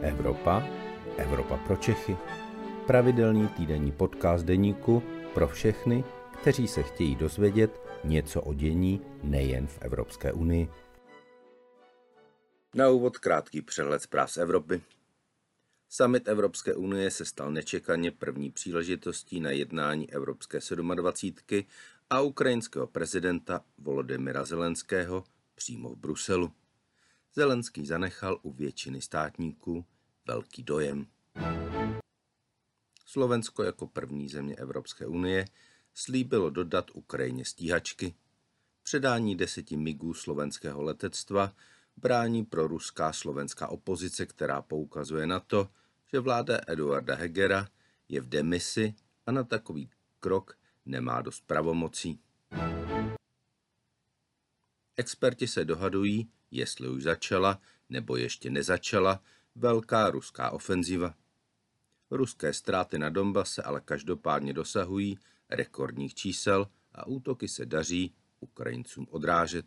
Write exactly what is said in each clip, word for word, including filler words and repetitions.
Evropa, Evropa pro Čechy. Pravidelný týdenní podcast deníku pro všechny, kteří se chtějí dozvědět něco o dění nejen v Evropské unii. Na úvod krátký přehled zpráv z Evropy. Summit Evropské unie se stal nečekaně první příležitostí na jednání Evropské sedmadvacítky a ukrajinského prezidenta Volodymyra Zelenského přímo v Bruselu. Zelenský zanechal u většiny státníků velký dojem. Slovensko jako první země Evropské unie slíbilo dodat Ukrajině stíhačky. Předání deseti migů slovenského letectva brání proruská slovenská opozice, která poukazuje na to, že vláda Eduarda Hegera je v demisi a na takový krok nemá dost pravomocí. Experti se dohadují, jestli už začala nebo ještě nezačala velká ruská ofenziva. Ruské ztráty na Donbase ale každopádně dosahují rekordních čísel a útoky se daří Ukrajincům odrážet.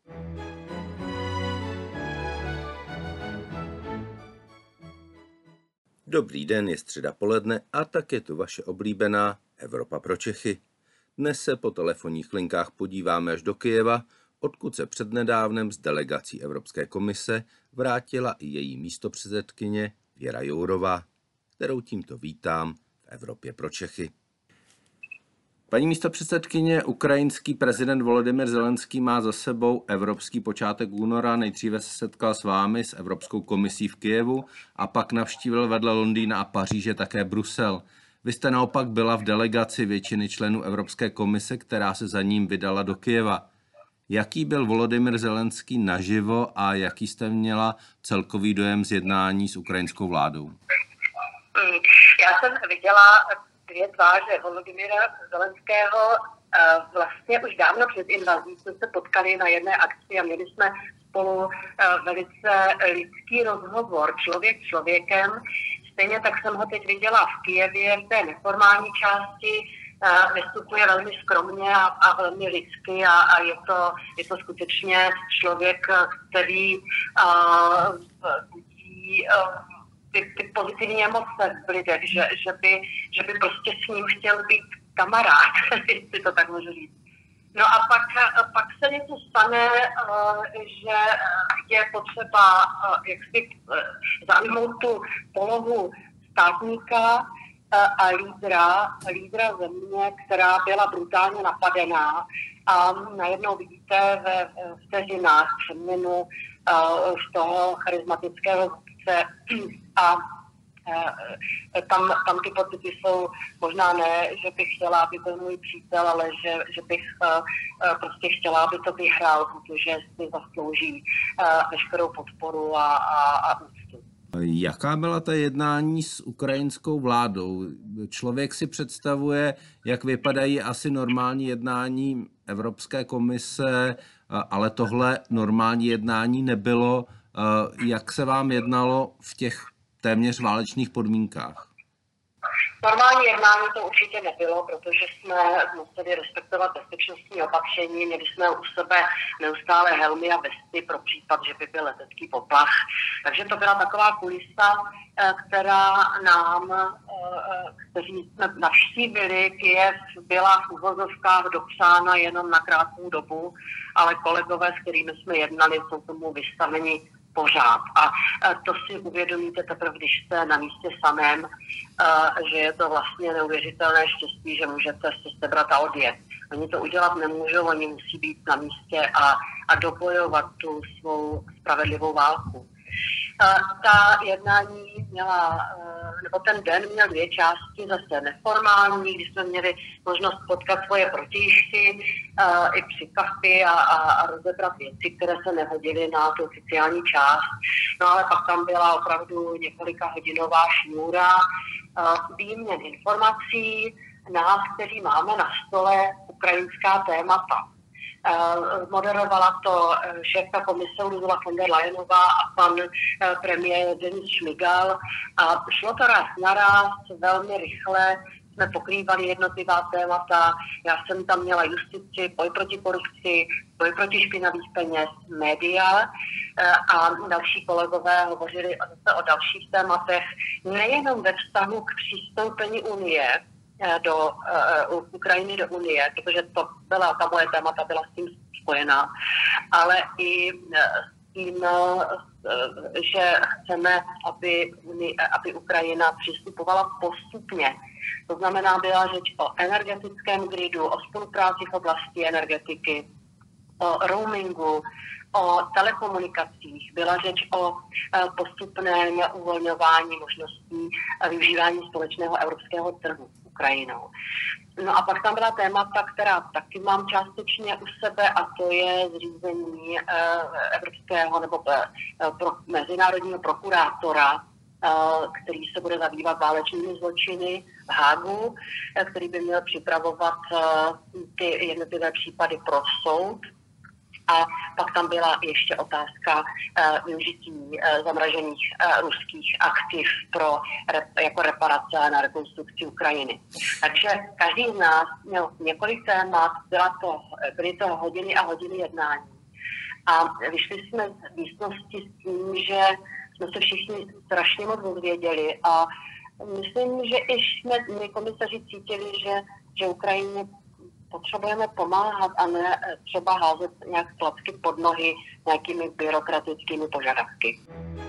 Dobrý den, je středa poledne a tak je tu vaše oblíbená Evropa pro Čechy. Dnes se po telefonních linkách podíváme až do Kyjeva, odkud se přednedávnem s delegací Evropské komise vrátila i její místopředsedkyně Věra Jourová, kterou tímto vítám v Evropě pro Čechy. Paní místopředsedkyně, ukrajinský prezident Volodymyr Zelenský má za sebou evropský počátek února. Nejdříve se setkal s vámi, s Evropskou komisí v Kyjevu a pak navštívil vedle Londýna a Paříže také Brusel. Vy jste naopak byla v delegaci většiny členů Evropské komise, která se za ním vydala do Kyjeva. Jaký byl Volodymyr Zelenský naživo a jaký jste měla celkový dojem z jednání s ukrajinskou vládou? Já jsem viděla dvě tváře Volodymyra Zelenského. Vlastně už dávno před invazí jsme se potkali na jedné akci a měli jsme spolu velice lidský rozhovor, člověk s člověkem. Stejně tak jsem ho teď viděla v Kyjevě v té neformální části. Vystupuje velmi skromně a, a velmi lidsky a, a je, to, je to skutečně člověk, který uh, budí uh, ty, ty pozitivní emoce v lidech, že, že, by, že by prostě s ním chtěl být kamarád, jestli to tak můžu říct. No a pak, pak se něco stane, uh, že je potřeba uh, jak si uh, zaujmout tu polohu státníka a lídra, lídra země, která byla brutálně napadená a najednou vidíte ve vteřinách přeměnu uh, z toho charismatického vůdce a uh, tam, tam ty pocity jsou možná ne, že bych chtěla, aby byl můj přítel, ale že, že bych uh, prostě chtěla, aby to vyhrál, protože si zaslouží uh, veškerou podporu a, a, a úctu. Jaká byla ta jednání s ukrajinskou vládou? Člověk si představuje, jak vypadají asi normální jednání Evropské komise, ale tohle normální jednání nebylo. Jak se vám jednalo v těch téměř válečných podmínkách? Normální jednání to určitě nebylo, protože jsme museli respektovat bezpečnostní opatření, měli jsme u sebe neustále helmy a vesty pro případ, že by byl letecký poplach. Takže to byla taková kulisa, která nám, kteří jsme navštívili Kyjev, byla v uvozovkách dopřána jenom na krátkou dobu, ale kolegové, s kterými jsme jednali, jsou tomu vystaveni pořád. A to si uvědomíte teprve, když jste na místě samém, že je to vlastně neuvěřitelné štěstí, že můžete si sebrat a odjet. Oni to udělat nemůžou, oni musí být na místě a, a dobojovat tu svou spravedlivou válku. Ta jednání měla, nebo ten den měl dvě části, zase neformální, kdy jsme měli možnost potkat svoje protějšky i při kafi a, a, a rozebrat věci, které se nehodily na tu oficiální část. No ale pak tam byla opravdu několika hodinová šňůra výměn informací, nás, kteří máme na stole ukrajinská témata. Moderovala to šéfka komise Ursula von der Leyenová a pan premiér Denis Šmygal. A šlo to raz na raz velmi rychle jsme pokrývali jednotlivá témata. Já jsem tam měla justici, boj proti korupci, boj proti špinavých peněz, média a další kolegové hovořili zase o dalších tématech, nejenom ve vztahu k přistoupení Unie, do uh, Ukrajiny do Unie, protože to byla, ta moje témata byla s tím spojená, ale i uh, s tím, uh, že chceme, aby, aby Ukrajina přistupovala postupně. To znamená, byla řeč o energetickém gridu, o spolupráci v oblasti energetiky, o roamingu, o telekomunikacích, byla řeč o uh, postupném uvolňování možností uh, využívání společného evropského trhu Ukrajinou. No a pak tam byla témata, která taky mám částečně u sebe, a to je zřízení uh, evropského nebo uh, pro, mezinárodního prokurátora, uh, který se bude zabývat válečnými zločiny v Hágu, uh, který by měl připravovat uh, ty jednotlivé případy pro soud. A pak tam byla ještě otázka uh, využití uh, zamražených uh, ruských aktiv pro, rep, jako reparace na rekonstrukci Ukrajiny. Takže každý z nás měl několik témat, byla to, byly to hodiny a hodiny jednání. A vyšli jsme z místnosti s tím, že jsme se všichni strašně moc dozvěděli a myslím, že i jsme my komisaři cítili, že, že Ukrajině potřebujeme pomáhat a ne třeba házet nějak klacky pod nohy nějakými byrokratickými požadavky.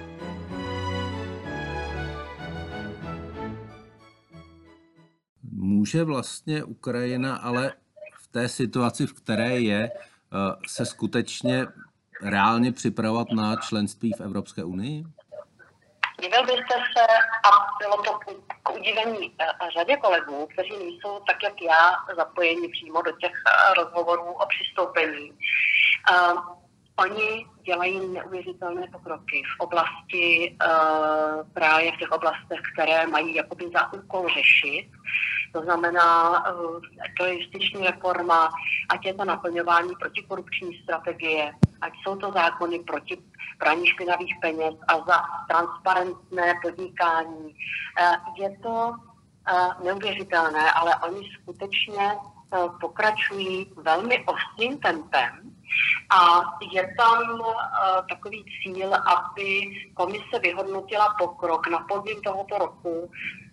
Může vlastně Ukrajina ale v té situaci, v které je, se skutečně reálně připravovat na členství v Evropské unii? Divil byste se, a bylo to k udivení řadě kolegů, kteří nejsou tak, jak já, zapojeni přímo do těch rozhovorů o přistoupení. Uh, oni dělají neuvěřitelné pokroky v oblasti, uh, právě v těch oblastech, které mají jakoby za úkol řešit. To znamená, uh, to je justiční reforma, ať je to naplňování protikorupční strategie, ať jsou to zákony proti praní špinavých peněz a za transparentné podnikání. Je to neuvěřitelné, ale oni skutečně pokračují velmi ostrým tempem a je tam takový cíl, aby komise vyhodnotila pokrok na podzim tohoto roku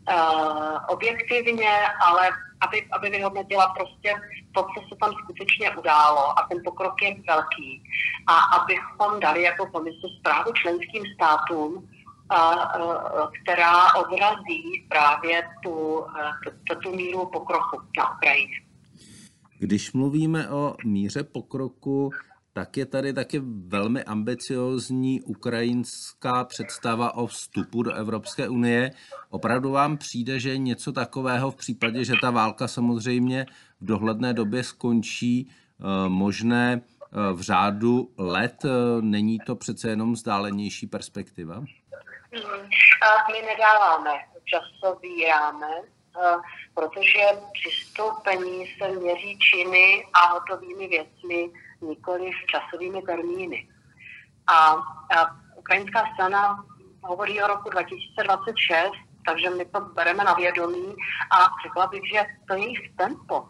objektivně, ale aby, aby vyhodnotila prostě to, co se tam skutečně událo, a ten pokrok je velký. A abychom dali jako komise zprávu členským státům, a, a, která odrazí právě tu, tu, tu míru pokroku na Ukrajině. Když mluvíme o míře pokroku, tak je tady taky velmi ambiciózní ukrajinská představa o vstupu do Evropské unie. Opravdu vám přijde, že něco takového v případě, že ta válka samozřejmě v dohledné době skončí, možné v řádu let? Není to přece jenom vzdálenější perspektiva? Hmm. My nedáváme časový rámec, protože přistoupení se měří činy a hotovými věcmi, nikoli časovými termíny. A, a ukrajinská strana hovorí o roku dva tisíce dvacet šest, takže my to bereme na vědomí a řekla bych, že to jejich tempo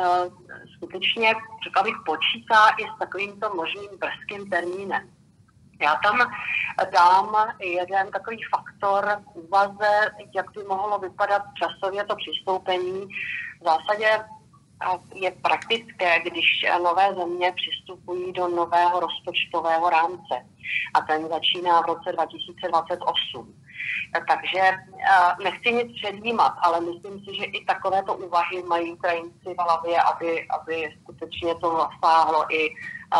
skutečně, řekla bych, počítá i s takovýmto možným brzkým termínem. Já tam dám jeden takový faktor v úvaze, jak by mohlo vypadat časově to přistoupení. V zásadě je praktické, když nové země přistupují do nového rozpočtového rámce a ten začíná v roce dva tisíce dvacet osm. Takže nechci nic předjímat, ale myslím si, že i takovéto úvahy mají Ukrajinci v hlavě, aby, aby skutečně to zasáhlo i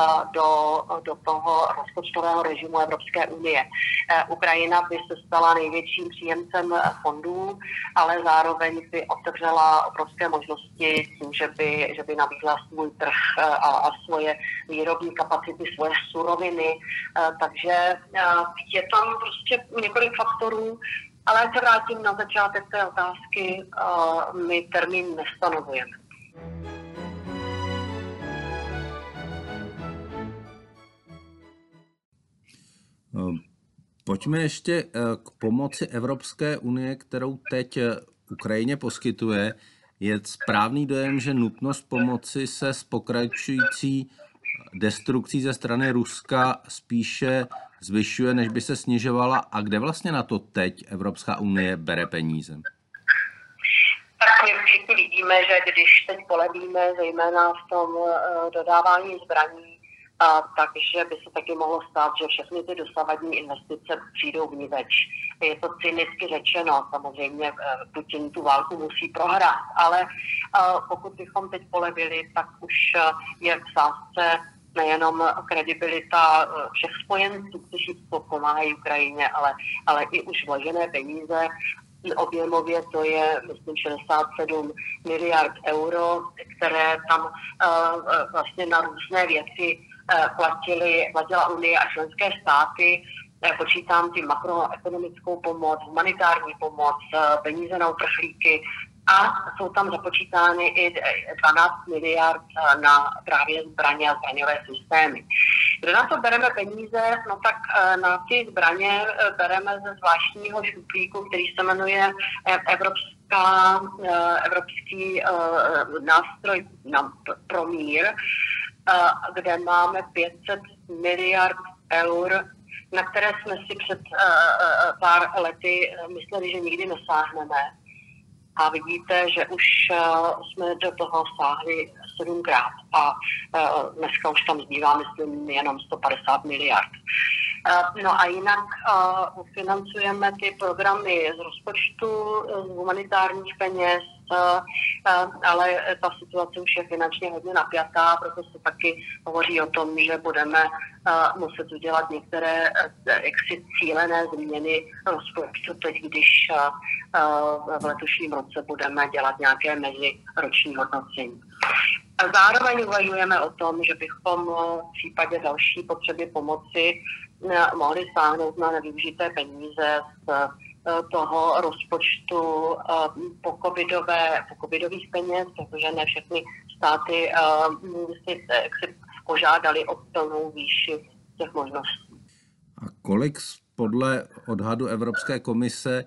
do, do toho rozpočtového režimu Evropské unie. Ukrajina by se stala největším příjemcem fondů, ale zároveň by otevřela obrovské možnosti tím, že by, že by nabídla svůj trh a, a svoje výrobní kapacity, svoje suroviny. Takže je tam prostě několik faktorů, ale ať se vrátím na začátek té otázky, my termín nestanovujeme. Pojďme ještě k pomoci Evropské unie, kterou teď Ukrajině poskytuje. Je správný dojem, že nutnost pomoci se s pokračující destrukcí ze strany Ruska spíše zvyšuje, než by se snižovala? A kde vlastně na to teď Evropská unie bere peníze? Tak my všichni vidíme, že když teď polevíme, zejména v tom uh, dodávání zbraní, a takže by se taky mohlo stát, že všechny ty dosavadní investice přijdou vniveč. Je to cynicky řečeno, samozřejmě Putin tu válku musí prohrát, ale uh, pokud bychom teď polevili, tak už uh, je v sázce nejenom kredibilita všech spojenců, kteří pomáhají Ukrajině, ale, ale i už vložené peníze. Objemově to je, myslím, šedesát sedm miliard euro, které tam uh, vlastně na různé věci uh, platili, platila Unie a členské státy. Uh, počítám tím makroekonomickou pomoc, humanitární pomoc, uh, peníze na uprchlíky a jsou tam započítány i dvanáct miliard uh, na právě zbraně a zbraňové systémy. Kde na to bereme peníze? No tak na ty zbraně bereme ze zvláštního šuplíku, který se jmenuje Evropská, Evropský nástroj na, pro mír, kde máme pět set miliard eur, na které jsme si před pár lety mysleli, že nikdy nesáhneme. A vidíte, že už uh, jsme do toho sáhli sedmkrát a uh, dneska už tam zbývá, myslím, jenom sto padesát miliard. Uh, no a jinak uh, financujeme ty programy z rozpočtu, z humanitárních peněz, uh, uh, ale ta situace už je finančně hodně napjatá, proto se taky hovoří o tom, že budeme uh, muset udělat některé uh, jaksi cílené změny rozpočtu, teď když uh, uh, v letošním roce budeme dělat nějaké meziroční hodnocení. A zároveň uvažujeme o tom, že bychom v případě další potřeby pomoci mohli sáhnout na nevyužité peníze z toho rozpočtu po covidové, po covidových peněz, protože ne všechny státy si, si požádali o plnou výši těch možností. A kolik podle odhadu Evropské komise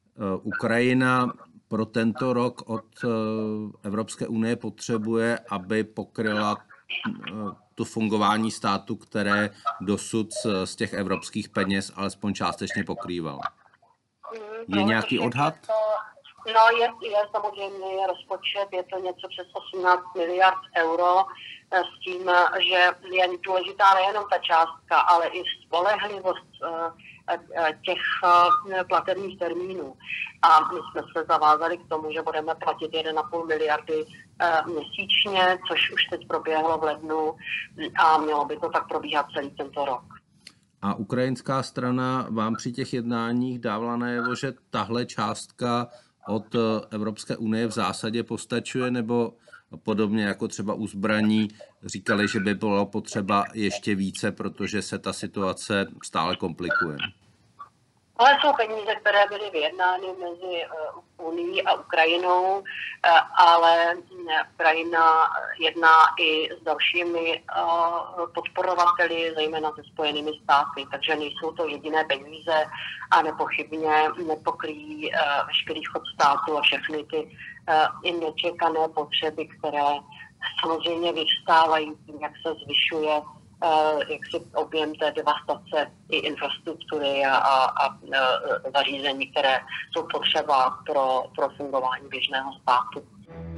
Ukrajina pro tento rok od Evropské unie potřebuje, aby pokryla to fungování státu, které dosud z těch evropských peněz alespoň částečně pokrýval? Je nějaký odhad? No je, je samozřejmě je rozpočet, je to něco přes osmnáct miliard euro, s tím, že je důležitá nejenom ta částka, ale i spolehlivost těch platebních termínů. A my jsme se zavázali k tomu, že budeme platit jedna celá pět miliardy měsíčně, což už teď proběhlo v lednu a mělo by to tak probíhat celý tento rok. A ukrajinská strana vám při těch jednáních dávala najevo, že tahle částka od Evropské unie v zásadě postačuje, nebo podobně jako třeba u zbraní říkali, že by bylo potřeba ještě více, protože se ta situace stále komplikuje? Ale jsou peníze, které byly vyjednány mezi Unií a Ukrajinou, ale Ukrajina jedná i s dalšími podporovateli, zejména se Spojenými státy, takže nejsou to jediné peníze a nepochybně nepokryjí veškerý chod státu a všechny ty i nečekané potřeby, které samozřejmě vyvstávají tím, jak se zvyšuje jak si objem té devastace i infrastruktury a, a, a zařízení, které jsou potřeba pro, pro fungování běžného státu.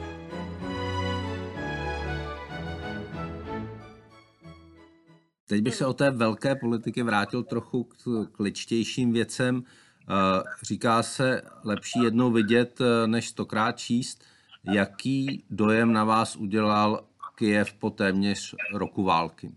Teď bych se o té velké politiky vrátil trochu k, k ličtějším věcem. Říká se, lepší jednou vidět, než stokrát číst. Jaký dojem na vás udělal Kyjev po téměř roku války?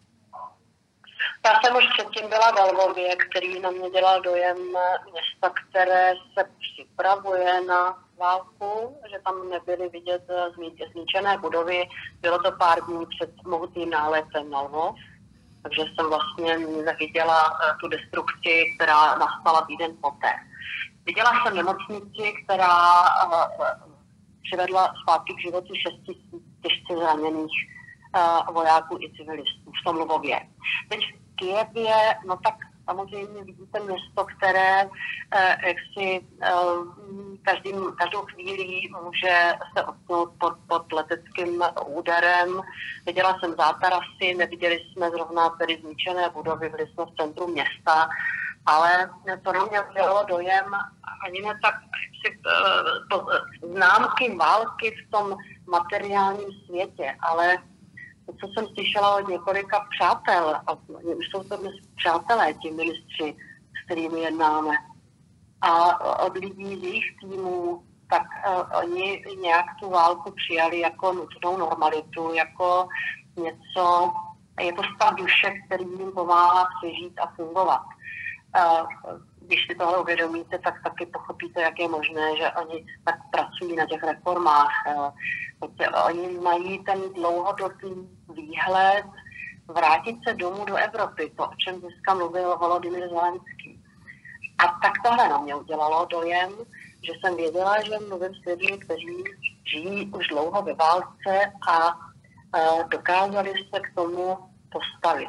Já jsem už předtím byla ve Lvově, který na mě dělal dojem města, které se připravuje na válku, že tam nebyly vidět zničené budovy. Bylo to pár dní před mohutným náletem na Lvov, takže jsem vlastně neviděla tu destrukci, která nastala týden poté. Viděla jsem nemocnici, která přivedla zpátky k životu šest tisíc těžce zraněných vojáků i civilistů v tom Lvově. Teď v Kyjevě, no tak samozřejmě vidíte město, které jak si každý, každou chvíli může se odnout pod, pod leteckým úderem. Viděla jsem zátarasy, neviděli jsme zrovna tedy zničené budovy, byli jsme v centru města, ale to na mě udělalo dojem ani ne tak si, to, známky války v tom materiálním světě, ale to, co jsem slyšela od několika přátel, a už jsou to dnes přátelé, ti ministři, s kterými jednáme, a od lidí z jejich týmů, tak uh, oni nějak tu válku přijali jako nutnou normalitu, jako něco, je to stav duše, který jim pomáhá přežít a fungovat. Uh, když si tohle uvědomíte, tak taky pochopíte, jak je možné, že oni tak pracují na těch reformách. Uh, oni mají ten dlouhodobý výhled vrátit se domů do Evropy, to, o čem dneska mluvil Volodymyr Zelenský. A tak tohle na mě udělalo dojem, že jsem věděla, že mluvím s lidmi, kteří žijí už dlouho ve válce a uh, dokázali se k tomu postavit.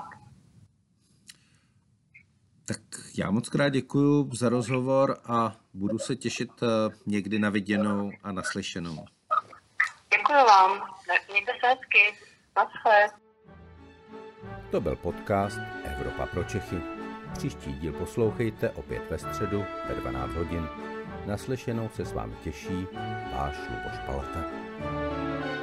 Tak já moc krát děkuju za rozhovor a budu se těšit někdy na viděnou a naslyšenou. Děkuju vám. Mějte se hezky. Naschle. To byl podcast Evropa pro Čechy. Příští díl poslouchejte opět ve středu ve dvanáct hodin. Naslyšenou se s vámi těší váš Luboš Palata.